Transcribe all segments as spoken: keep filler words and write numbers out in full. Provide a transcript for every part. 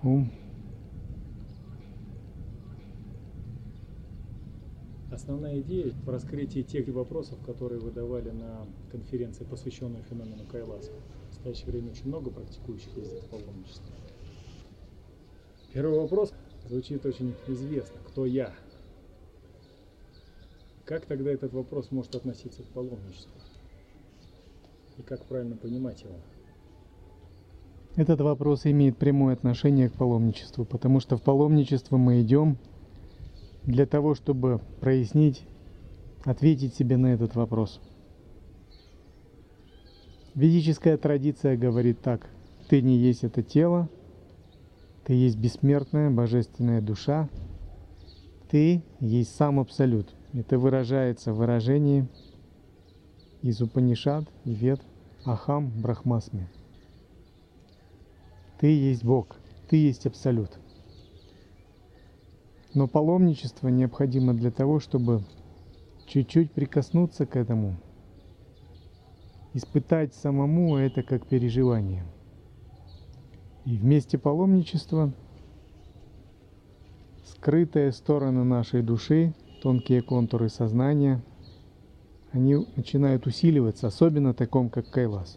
ум. Основная идея в раскрытии тех вопросов, которые вы давали на конференции, посвященной феномену Кайласа. В настоящее время очень много практикующих ездит в паломничество. Первый вопрос звучит очень известно. Кто я? Как тогда этот вопрос может относиться к паломничеству? И как правильно понимать его? Этот вопрос имеет прямое отношение к паломничеству, потому что в паломничество мы идем для того, чтобы прояснить, ответить себе на этот вопрос. Ведическая традиция говорит так: ты не есть это тело, ты есть бессмертная божественная душа, ты есть сам Абсолют. Это выражается в выражении из Упанишад и Вед Ахам Брахмасми. Ты есть Бог, ты есть Абсолют. Но паломничество необходимо для того, чтобы чуть-чуть прикоснуться к этому, испытать самому это как переживание. И вместе паломничества скрытые стороны нашей души, тонкие контуры сознания, они начинают усиливаться, особенно таком, как Кайлас.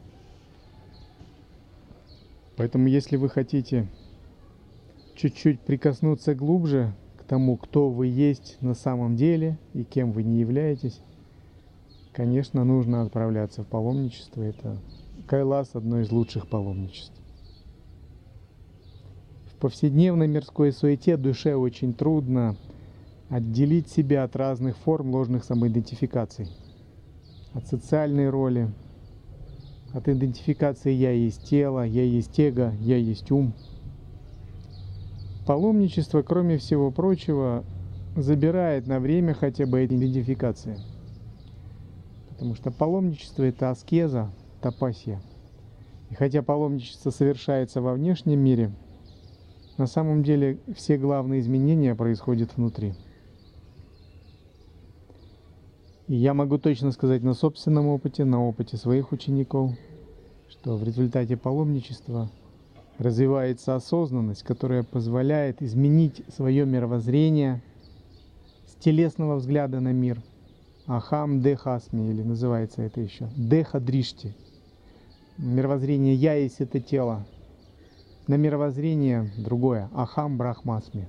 Поэтому, если вы хотите чуть-чуть прикоснуться глубже к тому, кто вы есть на самом деле и кем вы не являетесь, конечно, нужно отправляться в паломничество. Это Кайлас — одно из лучших паломничеств. В повседневной мирской суете душе очень трудно отделить себя от разных форм ложных самоидентификаций, от социальной роли, от идентификации «я есть тело», «я есть эго», «я есть ум». Паломничество, кроме всего прочего, забирает на время хотя бы эти идентификации. Потому что паломничество — это аскеза, тапасия. И хотя паломничество совершается во внешнем мире, на самом деле все главные изменения происходят внутри. И я могу точно сказать на собственном опыте, на опыте своих учеников, что в результате паломничества развивается осознанность, которая позволяет изменить свое мировоззрение с телесного взгляда на мир. Ахам Дехасми, или называется это еще Деха Дришти. Мировоззрение «я есть это тело», на мировоззрение другое, Ахам Брахмасми.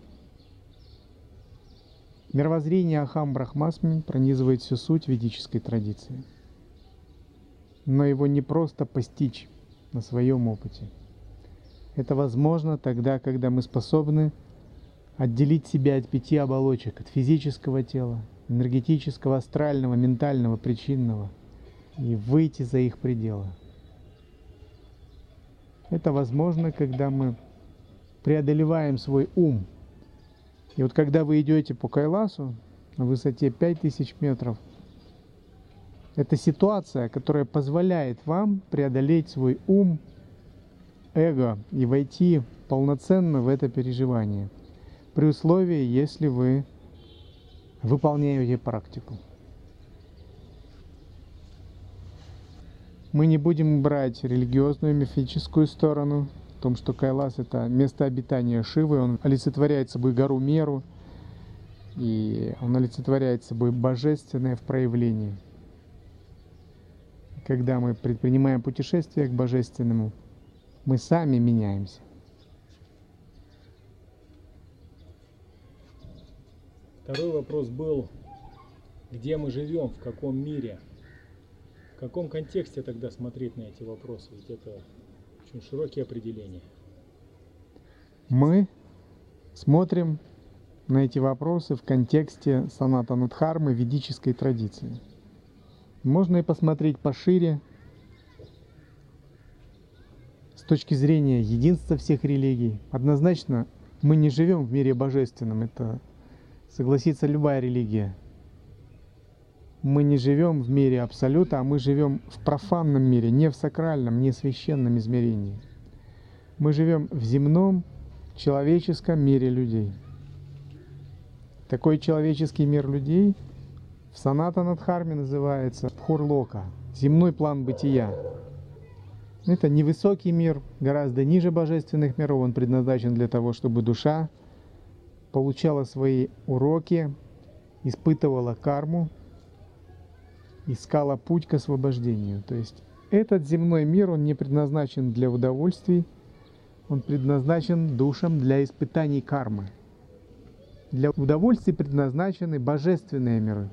Мировоззрение Ахам Брахмасми пронизывает всю суть ведической традиции. Но его не просто постичь на своем опыте. Это возможно тогда, когда мы способны отделить себя от пяти оболочек, от физического тела, энергетического, астрального, ментального, причинного, и выйти за их пределы. Это возможно, когда мы преодолеваем свой ум. И вот когда вы идете по Кайласу на высоте пять тысяч метров, это ситуация, которая позволяет вам преодолеть свой ум, эго и войти полноценно в это переживание, при условии, если вы выполняете практику. Мы не будем брать религиозную, мифическую сторону, в том, что Кайлас — это место обитания Шивы, он олицетворяет собой гору Меру, и он олицетворяет собой божественное в проявлении. Когда мы предпринимаем путешествие к божественному, мы сами меняемся. Второй вопрос был, где мы живем, в каком мире, в каком контексте тогда смотреть на эти вопросы, ведь это очень широкие определения. Мы смотрим на эти вопросы в контексте Санатана Дхармы, ведической традиции. Можно и посмотреть пошире, с точки зрения единства всех религий. Однозначно, мы не живем в мире божественном, это согласится любая религия. Мы не живем в мире Абсолюта, а мы живем в профанном мире, не в сакральном, не в священном измерении. Мы живем в земном, человеческом мире людей. Такой человеческий мир людей в Санатана Дхарме называется Бхурлока, земной план бытия. Это невысокий мир, гораздо ниже божественных миров. Он предназначен для того, чтобы душа получала свои уроки, испытывала карму, искала путь к освобождению. То есть этот земной мир, он не предназначен для удовольствий, он предназначен душам для испытаний кармы. Для удовольствий предназначены божественные миры.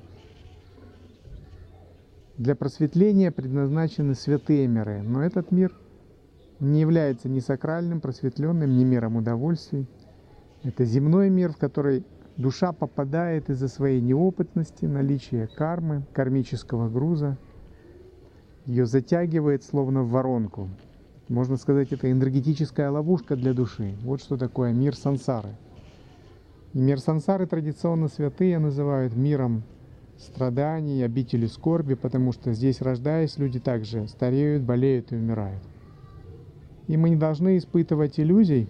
Для просветления предназначены святые миры. Но этот мир не является ни сакральным, просветленным, ни миром удовольствий. Это земной мир, в который душа попадает из-за своей неопытности, наличия кармы, кармического груза. Ее затягивает словно в воронку. Можно сказать, это энергетическая ловушка для души. Вот что такое мир сансары. И мир сансары традиционно святые называют миром страданий, обители скорби, потому что здесь, рождаясь, люди также стареют, болеют и умирают. И мы не должны испытывать иллюзий.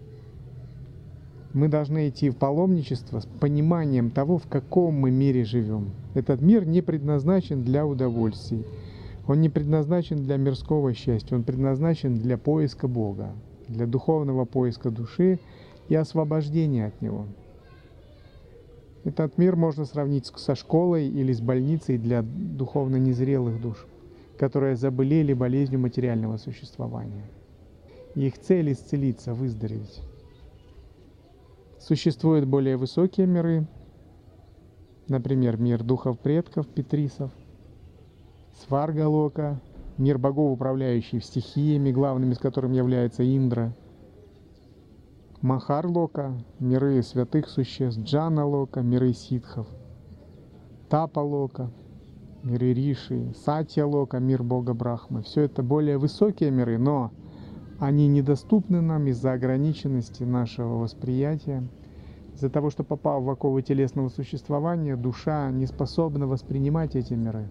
Мы должны идти в паломничество с пониманием того, в каком мы мире живем. Этот мир не предназначен для удовольствий. Он не предназначен для мирского счастья. Он предназначен для поиска Бога, для духовного поиска души и освобождения от него. Этот мир можно сравнить со школой или с больницей для духовно незрелых душ, которые заболели болезнью материального существования. И их цель – исцелиться, выздороветь. Существуют более высокие миры, например, мир духов предков, петрисов, Сварга-лока, мир богов, управляющий стихиями, главными из которых является Индра, Махар-лока, миры святых существ, Джана-лока, миры ситхов, Тапа-лока, миры Риши, Сатья-лока, мир бога Брахмы. Все это более высокие миры, но они недоступны нам из-за ограниченности нашего восприятия. Из-за того, что, попав в оковы телесного существования, душа не способна воспринимать эти миры.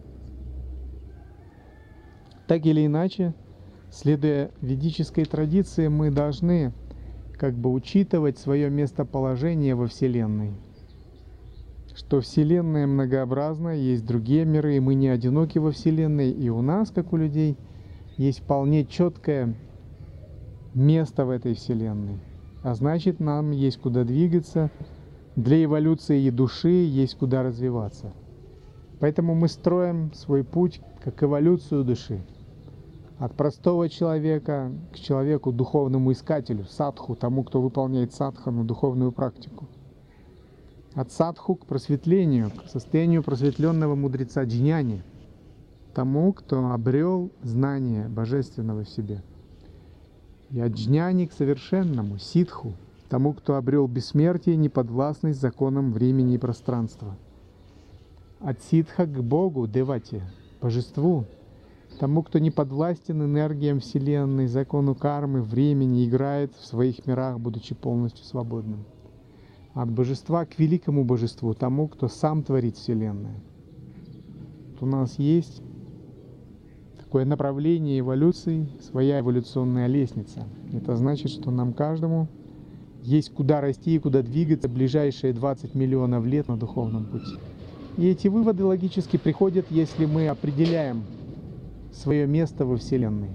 Так или иначе, следуя ведической традиции, мы должны как бы учитывать свое местоположение во Вселенной. Что Вселенная многообразна, есть другие миры, и мы не одиноки во Вселенной, и у нас, как у людей, есть вполне четкое место в этой Вселенной. А значит, нам есть куда двигаться, для эволюции и души есть куда развиваться. Поэтому мы строим свой путь как эволюцию души. От простого человека к человеку, духовному искателю, садху, тому, кто выполняет садхану, духовную практику. От садху к просветлению, к состоянию просветленного мудреца джняни, тому, кто обрел знание божественного в себе. И от джняни к совершенному, ситху, тому, кто обрел бессмертие, неподвластность законам времени и пространства. От ситха к Богу, девате, божеству, тому, кто не подвластен энергиям Вселенной, закону кармы, времени, играет в своих мирах, будучи полностью свободным. От божества к великому божеству, тому, кто сам творит Вселенную. Вот у нас есть такое направление эволюции, своя эволюционная лестница. Это значит, что нам каждому есть куда расти и куда двигаться в ближайшие двадцать миллионов лет на духовном пути. И эти выводы логически приходят, если мы определяем свое место во Вселенной.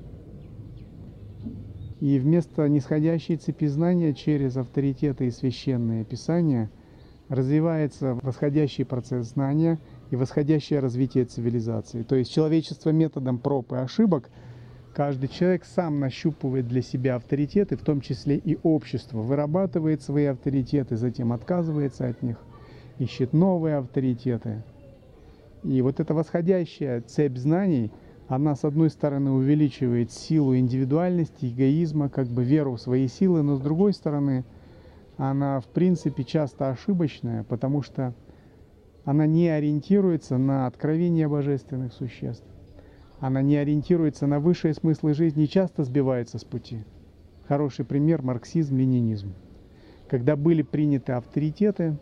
И вместо нисходящей цепи знания через авторитеты и священные писания развивается восходящий процесс знания и восходящее развитие цивилизации. То есть человечество методом проб и ошибок, каждый человек сам нащупывает для себя авторитеты, в том числе и общество, вырабатывает свои авторитеты, затем отказывается от них, ищет новые авторитеты. И вот эта восходящая цепь знаний, она, с одной стороны, увеличивает силу индивидуальности, эгоизма, как бы веру в свои силы, но с другой стороны, она, в принципе, часто ошибочная, потому что она не ориентируется на откровение божественных существ. Она не ориентируется на высшие смыслы жизни и часто сбивается с пути. Хороший пример – марксизм, ленинизм. Когда были приняты авторитеты,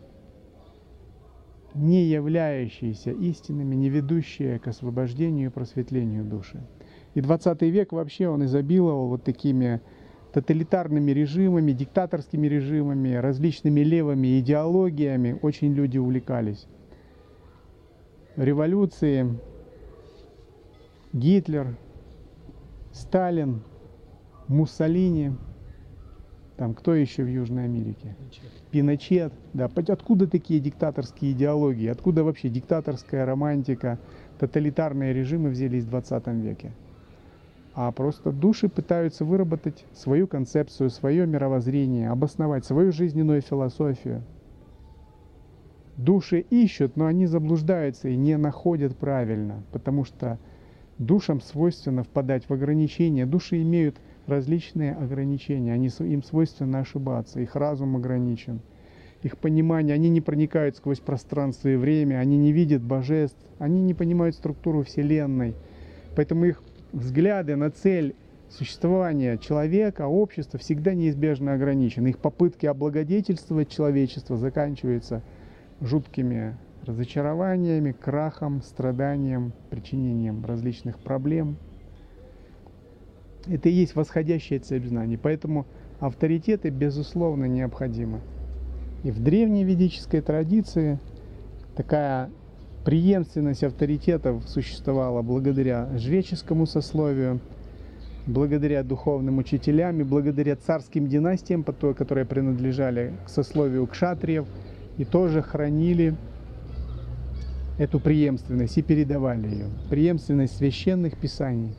не являющиеся истинными, не ведущие к освобождению и просветлению души. И двадцатый век вообще он изобиловал вот такими тоталитарными режимами, диктаторскими режимами, различными левыми идеологиями. Очень люди увлекались. Революции, Гитлер, Сталин, Муссолини, там кто еще в Южной Америке? Пиночет. Да, откуда такие диктаторские идеологии? Откуда вообще диктаторская романтика, тоталитарные режимы взялись в двадцатом веке? А просто души пытаются выработать свою концепцию, свое мировоззрение, обосновать свою жизненную философию. Души ищут, но они заблуждаются и не находят правильно, потому что душам свойственно впадать в ограничения. Души имеют различные ограничения, они, им свойственно ошибаться, их разум ограничен, их понимание, они не проникают сквозь пространство и время, они не видят божеств, они не понимают структуру Вселенной, поэтому их взгляды на цель существования человека, общества всегда неизбежно ограничены. Их попытки облагодетельствовать человечество заканчиваются жуткими разочарованиями, крахом, страданием, причинением различных проблем. Это и есть восходящая цепь знаний. Поэтому авторитеты, безусловно, необходимы. И в древней ведической традиции такая преемственность авторитетов существовала благодаря жреческому сословию, благодаря духовным учителям и благодаря царским династиям, которые принадлежали к сословию кшатриев и тоже хранили эту преемственность и передавали ее. Преемственность священных писаний.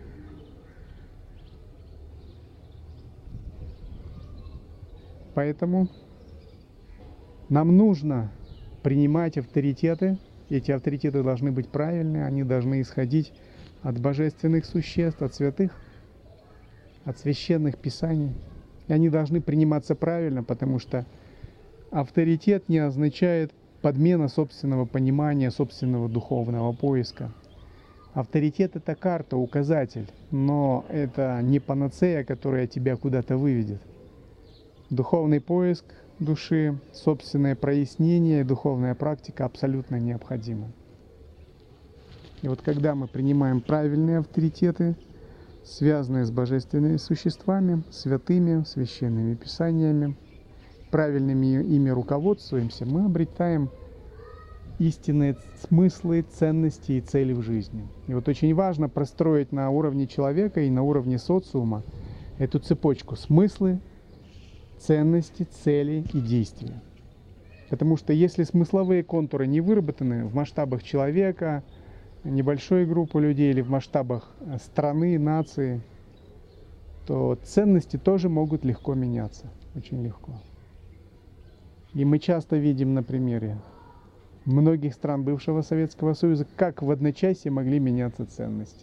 Поэтому нам нужно принимать авторитеты. Эти авторитеты должны быть правильные, они должны исходить от божественных существ, от святых, от священных писаний. И они должны приниматься правильно, потому что авторитет не означает подмена собственного понимания, собственного духовного поиска. Авторитет – это карта, указатель, но это не панацея, которая тебя куда-то выведет. Духовный поиск души, собственное прояснение, духовная практика абсолютно необходима. И вот когда мы принимаем правильные авторитеты, связанные с божественными существами, святыми, священными писаниями, правильными ими руководствуемся, мы обретаем истинные смыслы, ценности и цели в жизни. И вот очень важно простроить на уровне человека и на уровне социума эту цепочку смыслы, ценности, цели и действия. Потому что если смысловые контуры не выработаны в масштабах человека, небольшой группы людей или в масштабах страны, нации, то ценности тоже могут легко меняться, очень легко. И мы часто видим на примере многих стран бывшего Советского Союза, как в одночасье могли меняться ценности.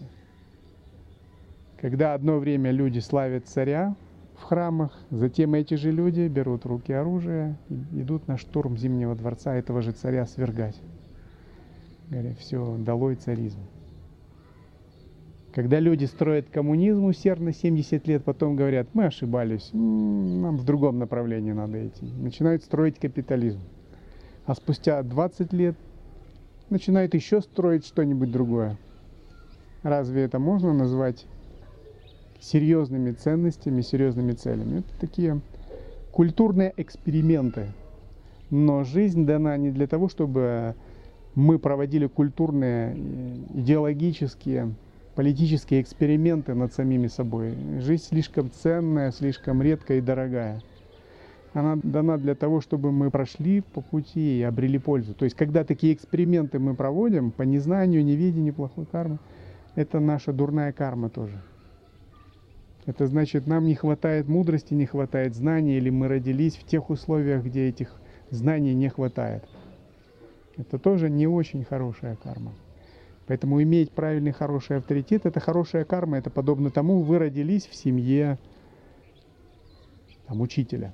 Когда одно время люди славят царя в храмах, затем эти же люди берут в руки оружие и идут на штурм Зимнего дворца этого же царя свергать. Говорят, все, долой царизм. Когда люди строят коммунизм усердно семьдесят лет, потом говорят, мы ошибались, нам в другом направлении надо идти. Начинают строить капитализм. А спустя двадцать лет начинают еще строить что-нибудь другое. Разве это можно назвать серьезными ценностями, серьезными целями? Это такие культурные эксперименты. Но жизнь дана не для того, чтобы мы проводили культурные, идеологические, политические эксперименты над самими собой. Жизнь слишком ценная, слишком редкая и дорогая. Она дана для того, чтобы мы прошли по пути и обрели пользу. То есть, когда такие эксперименты мы проводим по незнанию, неведению, плохой кармы, это наша дурная карма тоже. Это значит, нам не хватает мудрости, не хватает знаний, или мы родились в тех условиях, где этих знаний не хватает. Это тоже не очень хорошая карма. Поэтому иметь правильный, хороший авторитет – это хорошая карма. Это подобно тому, вы родились в семье там, учителя.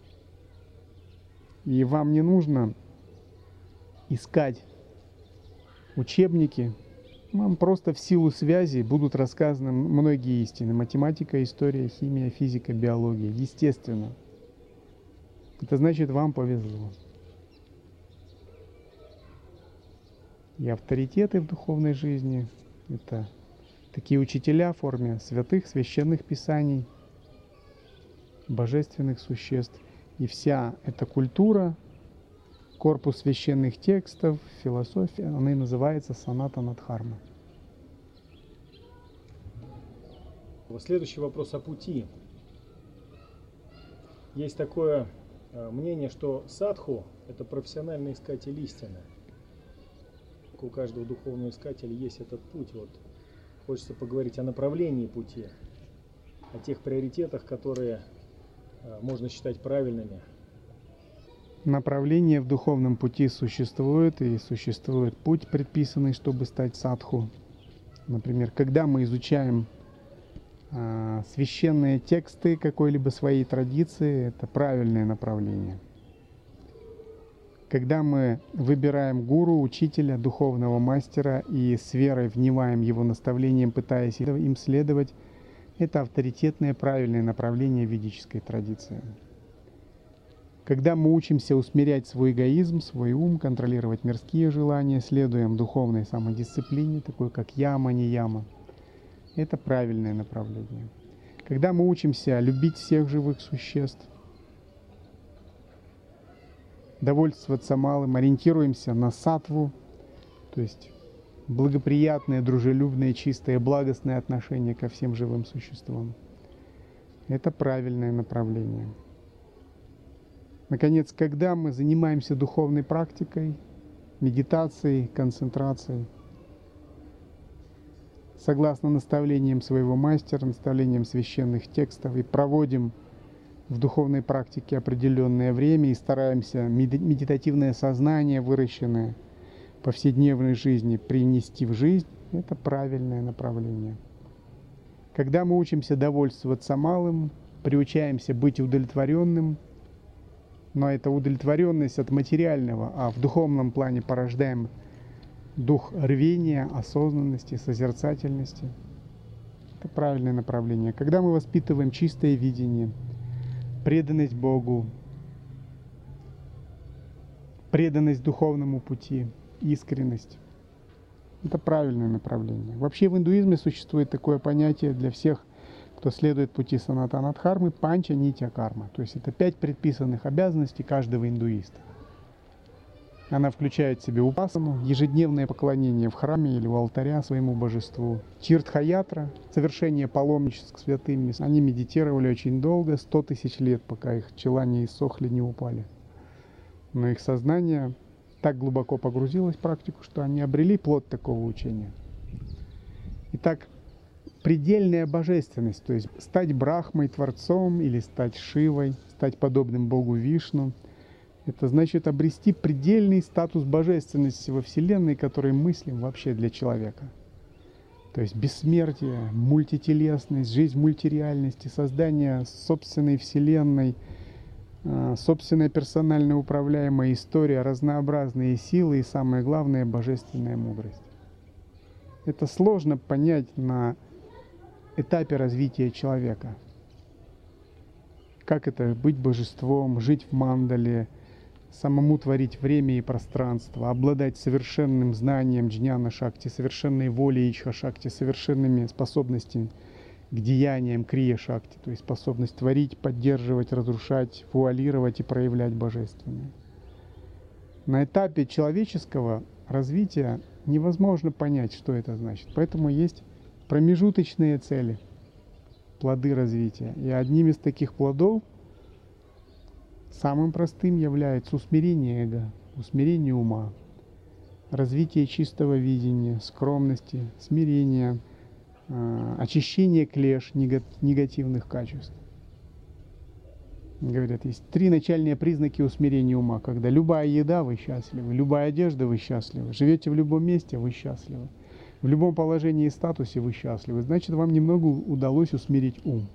И вам не нужно искать учебники. Вам просто в силу связи будут рассказаны многие истины. Математика, история, химия, физика, биология. Естественно. Это значит, вам повезло. И авторитеты в духовной жизни – это такие учителя в форме святых, священных писаний, божественных существ. И вся эта культура, корпус священных текстов, философия, она и называется Санатана Дхарма. Следующий вопрос о пути. Есть такое мнение, что садху – это профессиональный искатель истины. У каждого духовного искателя есть этот путь. Вот хочется поговорить о направлении пути, о тех приоритетах, которые можно считать правильными. Направление в духовном пути существует, и существует путь, предписанный, чтобы стать садху. Например, когда мы изучаем э, священные тексты какой-либо своей традиции, это правильное направление. Когда мы выбираем гуру, учителя, духовного мастера и с верой внимаем его наставлениям, пытаясь им следовать, это авторитетное правильное направление ведической традиции. Когда мы учимся усмирять свой эгоизм, свой ум, контролировать мирские желания, следуем духовной самодисциплине, такой как яма, не яма, это правильное направление. Когда мы учимся любить всех живых существ, довольствоваться малым, ориентируемся на саттву, то есть благоприятное, дружелюбное, чистое, благостное отношение ко всем живым существам, это правильное направление. Наконец, когда мы занимаемся духовной практикой, медитацией, концентрацией, согласно наставлениям своего мастера, наставлениям священных текстов, и проводим в духовной практике определенное время и стараемся медитативное сознание, выращенное в повседневной жизни, принести в жизнь, это правильное направление. Когда мы учимся довольствоваться малым, приучаемся быть удовлетворенным, но это удовлетворенность от материального, а в духовном плане порождаем дух рвения, осознанности, созерцательности. Это правильное направление. Когда мы воспитываем чистое видение, преданность Богу, преданность духовному пути, искренность, это правильное направление. Вообще в индуизме существует такое понятие для всех, кто следует пути санатана дхармы, панча нитья карма. То есть это пять предписанных обязанностей каждого индуиста. Она включает в себя упасану, ежедневное поклонение в храме или у алтаря своему божеству. Тиртха-ятра, совершение паломничеств к святым. Они медитировали очень долго, сто тысяч лет, пока их чела не иссохли, не упали. Но их сознание так глубоко погрузилось в практику, что они обрели плод такого учения. Итак, предельная божественность, то есть стать Брахмой, Творцом, или стать Шивой, стать подобным Богу Вишну, это значит обрести предельный статус божественности во Вселенной, который мыслим вообще для человека. То есть бессмертие, мультителесность, жизнь в мультиреальности, создание собственной Вселенной, собственная персонально управляемая история, разнообразные силы и, самое главное, божественная мудрость. Это сложно понять на этапе развития человека. Как это быть божеством, жить в мандале, самому творить время и пространство, обладать совершенным знанием джняна-шакти, совершенной волей ичха-шакти, совершенными способностями к деяниям крия-шакти, то есть способность творить, поддерживать, разрушать, вуалировать и проявлять божественное. На этапе человеческого развития невозможно понять, что это значит. Поэтому есть промежуточные цели, плоды развития. И одним из таких плодов, самым простым, является усмирение эго, усмирение ума, развитие чистого видения, скромности, смирения, очищение клеш негативных качеств. Говорят, есть три начальные признаки усмирения ума, когда любая еда — вы счастливы, любая одежда — вы счастливы, живете в любом месте — вы счастливы, в любом положении и статусе вы счастливы, значит, вам немного удалось усмирить ум.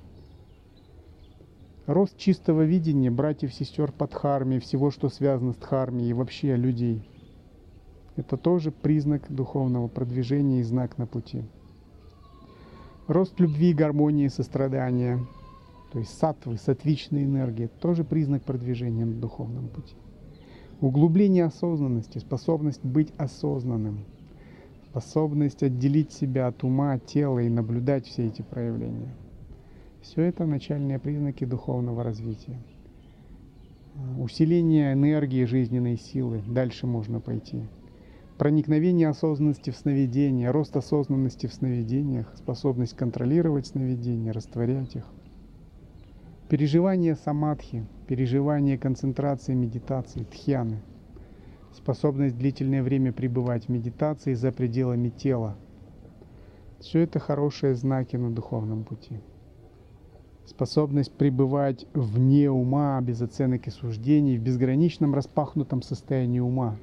Рост чистого видения братьев, сестер по дхарме, всего, что связано с дхармой и вообще людей, это тоже признак духовного продвижения и знак на пути. Рост любви, гармонии, сострадания, то есть саттвы, саттвичной энергии, тоже признак продвижения на духовном пути. Углубление осознанности, способность быть осознанным, способность отделить себя от ума, от тела и наблюдать все эти проявления. Все это начальные признаки духовного развития. Усиление энергии, жизненной силы, дальше можно пойти. проникновение осознанности в сновидения, рост осознанности в сновидениях, способность контролировать сновидения, растворять их. Переживание самадхи, переживание концентрации, медитации, дхьяны, способность длительное время пребывать в медитации за пределами тела. Все это хорошие знаки на духовном пути. Способность пребывать вне ума, без оценок и суждений, в безграничном распахнутом состоянии ума.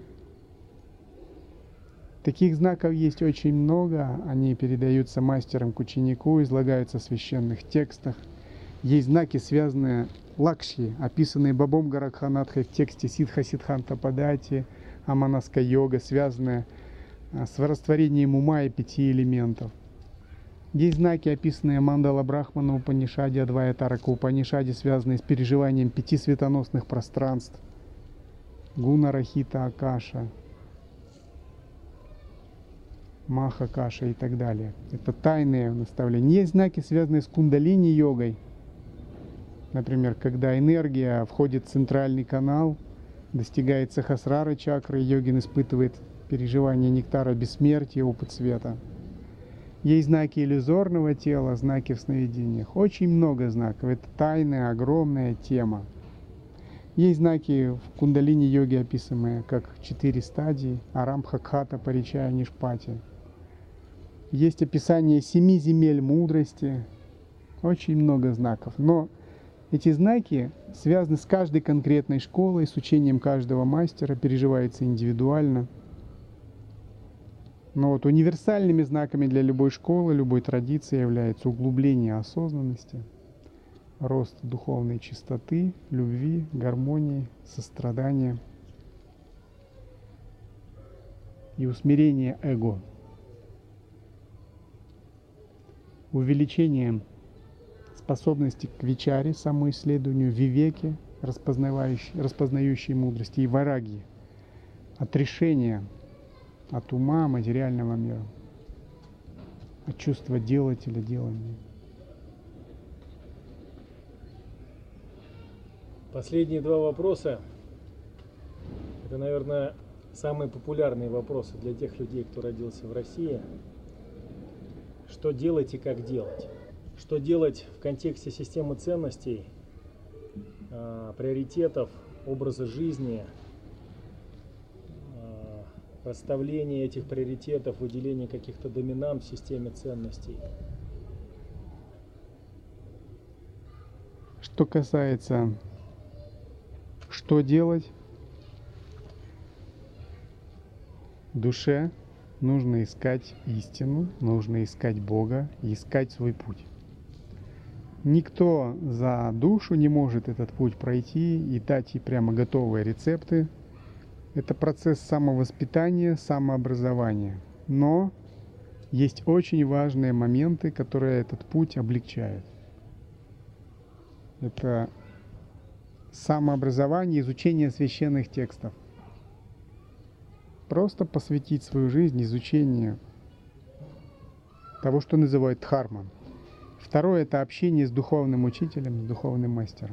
Таких знаков есть очень много, они передаются мастерам к ученику, излагаются в священных текстах. Есть знаки, связанные лакши, описанные Бабом Горакханатхой в тексте Сидха Сиддханта Падати, Аманаска йога, связанные с растворением ума и пяти элементов. Есть знаки, описанные Мандала Брахмана Упанишаде, Адвая Тарака Упанишаде, связанные с переживанием пяти светоносных пространств, Гуна Рахита Акаша, Маха Каша и так далее. Это тайные наставления. Есть знаки, связанные с кундалини-йогой. Например, когда энергия входит в центральный канал, достигает сахасрара чакры, йогин испытывает переживание нектара бессмертия, опыт света. Есть знаки иллюзорного тела, знаки в сновидениях. Очень много знаков. Это тайная, огромная тема. Есть знаки в кундалини-йоге, описанные как четыре стадии: Арамбха, Кхата, Паричая, Нишпати. Есть описание семи земель мудрости. Очень много знаков. Но эти знаки связаны с каждой конкретной школой, с учением каждого мастера, переживается индивидуально. Но вот универсальными знаками для любой школы, любой традиции является углубление осознанности, рост духовной чистоты, любви, гармонии, сострадания и усмирение эго. Увеличение способности к вичаре, самоисследованию, вивеке, распознающей, распознающей мудрости, и варагьи, отрешение от ума, материального мира, от чувства делателя, делания. Последние два вопроса – это, наверное, самые популярные вопросы для тех людей, кто родился в России. Что делать и как делать? Что делать в контексте системы ценностей, приоритетов, образа жизни, расставление этих приоритетов, выделение каких-то доминант в системе ценностей. Что касается, что делать, душе нужно искать истину, нужно искать Бога и искать свой путь. Никто за душу не может этот путь пройти и дать ей прямо готовые рецепты. Это процесс самовоспитания, самообразования. Но есть очень важные моменты, которые этот путь облегчают. Это самообразование, изучение священных текстов. Просто посвятить свою жизнь изучению того, что называют дхарма. Второе – это общение с духовным учителем, с духовным мастером.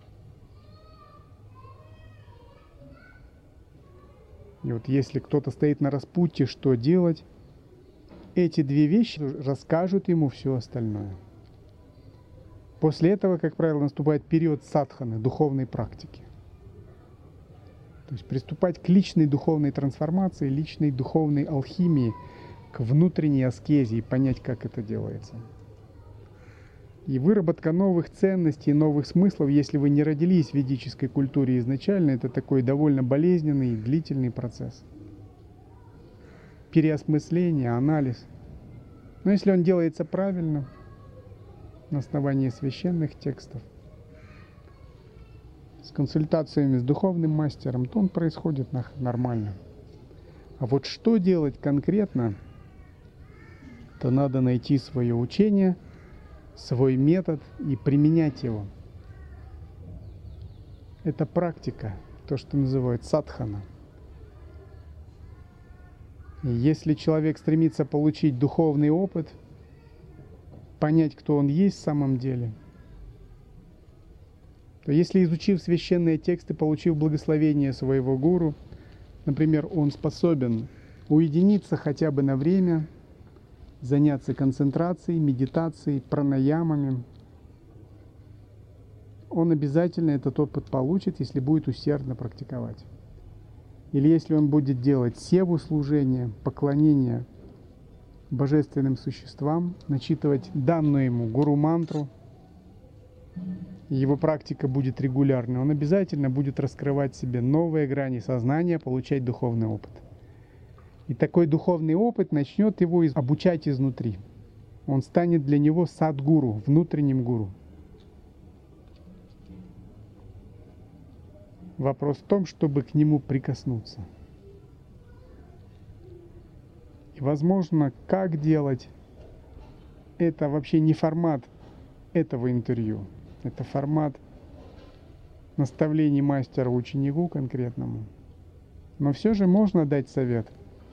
И вот если кто-то стоит на распутье, что делать, эти две вещи расскажут ему все остальное. После этого, как правило, наступает период садханы, духовной практики. То есть приступать к личной духовной трансформации, личной духовной алхимии, к внутренней аскезе и понять, как это делается. И выработка новых ценностей, новых смыслов, если вы не родились в ведической культуре изначально, это такой довольно болезненный и длительный процесс. Переосмысление, анализ. Но если он делается правильно, на основании священных текстов, с консультациями с духовным мастером, то он происходит нормально. А вот что делать конкретно, то надо найти свое учение, свой метод и применять его. Это практика, то, что называют садхана. И если человек стремится получить духовный опыт, понять, кто он есть в самом деле, то если, изучив священные тексты, получив благословение своего гуру, например, он способен уединиться хотя бы на время, заняться концентрацией, медитацией, пранаямами. Он обязательно этот опыт получит, если будет усердно практиковать. Или если он будет делать севу служение, поклонение божественным существам, начитывать данную ему гуру-мантру, его практика будет регулярной, он обязательно будет раскрывать в себе новые грани сознания, получать духовный опыт. И такой духовный опыт начнет его обучать изнутри. Он станет для него садгуру, внутренним гуру. Вопрос в том, чтобы к нему прикоснуться. И, возможно, как делать, это вообще не формат этого интервью. Это формат наставлений мастера ученику конкретному. Но все же можно дать совет.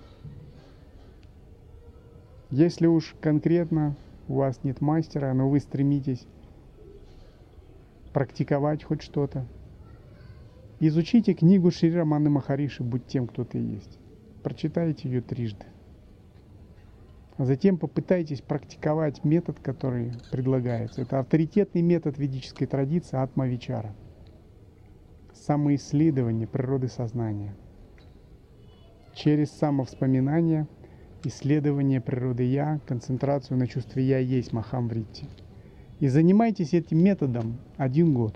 Если уж конкретно у вас нет мастера, но вы стремитесь практиковать хоть что-то, изучите книгу Шри Раманы Махариши «Будь тем, кто ты есть». Прочитайте ее трижды. А затем попытайтесь практиковать метод, который предлагается. Это авторитетный метод ведической традиции Атма-вичара. Самоисследование природы сознания. Через самовспоминание, исследование природы «Я», концентрацию на чувстве «Я есть» Махамвритти. И занимайтесь этим методом один год.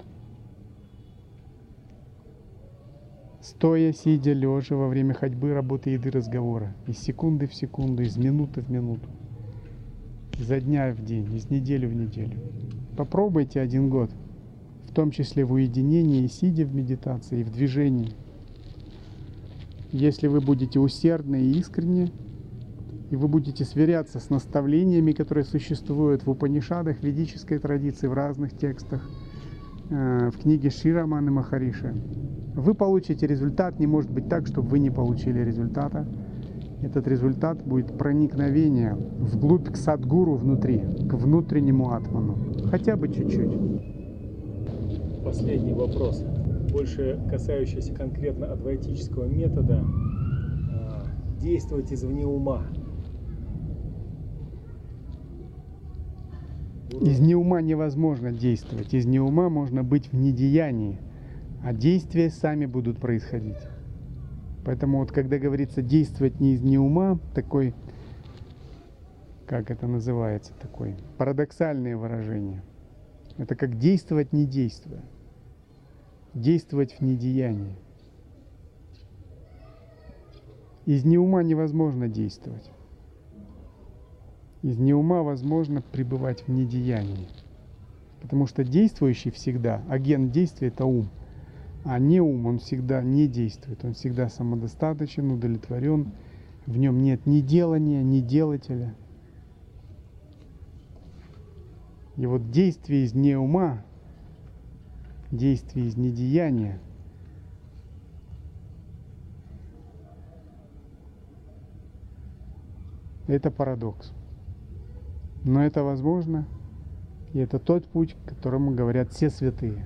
Стоя, сидя, лежа, во время ходьбы, работы, еды, разговора. Из секунды в секунду, из минуты в минуту. Изо дня в день, из недели в неделю. Попробуйте один год. В том числе в уединении, сидя в медитации, и в движении. Если вы будете усердны и искренни, и вы будете сверяться с наставлениями, которые существуют в Упанишадах, ведической традиции, в разных текстах, в книге Шри Раманы Махариши, вы получите результат. Не может быть так, чтобы вы не получили результата. Этот результат будет проникновение вглубь к садгуру внутри, к внутреннему атману. Хотя бы чуть-чуть. Последний вопрос, больше касающийся конкретно адвайтического метода действовать извне ума. Из неума невозможно действовать. Из неума можно быть в недеянии, а действия сами будут происходить. Поэтому вот когда говорится действовать не из неума, такой, как это называется, такое парадоксальное выражение. Это как действовать не действуя. Действовать в недеянии. Из неума невозможно действовать. Из неума возможно пребывать в недеянии. Потому что действующий всегда, агент действия – это ум. А не ум, он всегда не действует. Он всегда самодостаточен, удовлетворен. В нем нет ни делания, ни делателя. И вот действие из неума, действие из недеяния – это парадокс. Но это возможно, и это тот путь, к которому говорят все святые.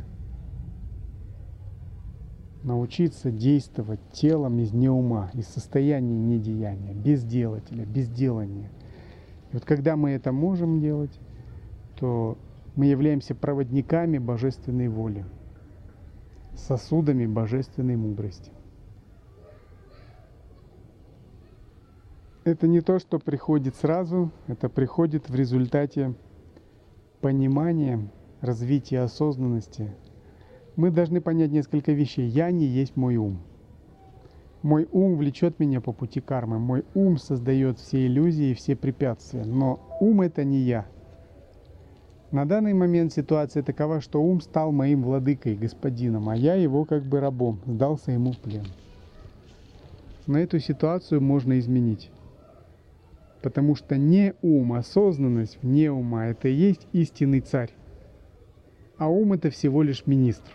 Научиться действовать телом из неума, из состояния недеяния, без делателя, без делания. И вот когда мы это можем делать, то мы являемся проводниками божественной воли, сосудами божественной мудрости. Это не то, что приходит сразу, это приходит в результате понимания, развития осознанности. Мы должны понять несколько вещей. Я не есть мой ум. Мой ум влечет меня по пути кармы. Мой ум создает все иллюзии и все препятствия. Но ум – это не я. На данный момент ситуация такова, что ум стал моим владыкой, господином, а я его как бы рабом, сдался ему в плен. Но эту ситуацию можно изменить. Потому что не ум, осознанность вне ума – это и есть истинный царь. А ум – это всего лишь министр.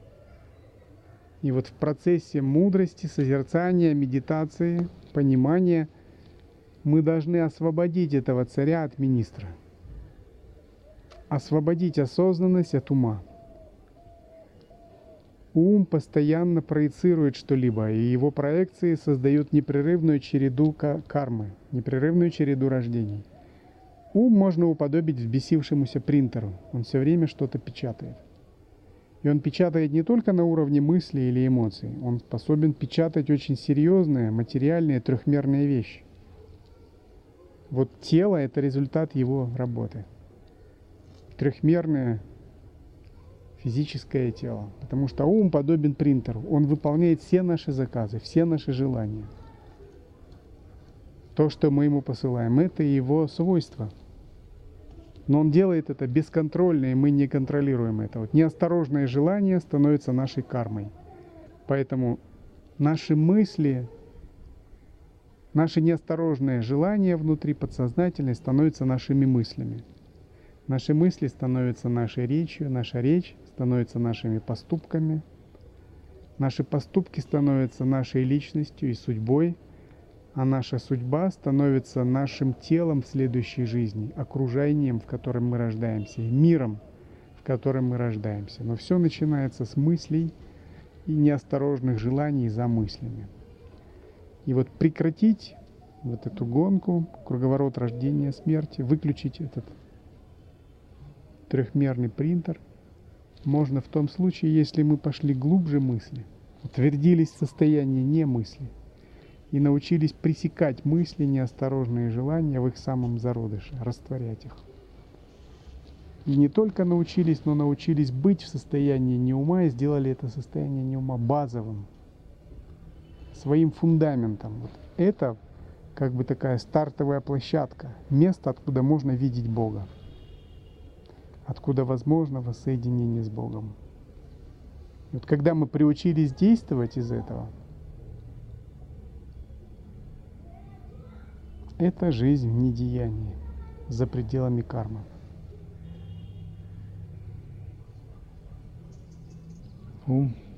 И вот в процессе мудрости, созерцания, медитации, понимания мы должны освободить этого царя от министра. Освободить осознанность от ума. Ум постоянно проецирует что-либо, и его проекции создают непрерывную череду кармы, непрерывную череду рождений. Ум можно уподобить взбесившемуся принтеру. Он все время что-то печатает. И он печатает не только на уровне мысли или эмоций. Он способен печатать очень серьезные, материальные, трехмерные вещи. Вот тело – это результат его работы. Трехмерное физическое тело. Потому что ум подобен принтеру. Он выполняет все наши заказы, все наши желания. То, что мы ему посылаем, это его свойство. Но он делает это бесконтрольно, и мы не контролируем это. Вот неосторожное желание становится нашей кармой. Поэтому наши мысли, наши неосторожные желания внутри подсознательной становятся нашими мыслями. Наши мысли становятся нашей речью, наша речь становится нашими поступками. Наши поступки становятся нашей личностью и судьбой. А наша судьба становится нашим телом в следующей жизни, окружением, в котором мы рождаемся, и миром, в котором мы рождаемся. Но все начинается с мыслей и неосторожных желаний за мыслями. И вот прекратить вот эту гонку, круговорот рождения, смерти, выключить этот трехмерный принтер можно в том случае, если мы пошли глубже мысли, утвердились в состоянии не мысли, и научились пресекать мысли, неосторожные желания в их самом зародыше, растворять их. И не только научились, но научились быть в состоянии неума и сделали это состояние неума базовым, своим фундаментом. Вот это как бы такая стартовая площадка, место, откуда можно видеть Бога, откуда возможно воссоединение с Богом. И вот когда мы приучились действовать из этого, это жизнь в недеянии, за пределами кармы. Ум.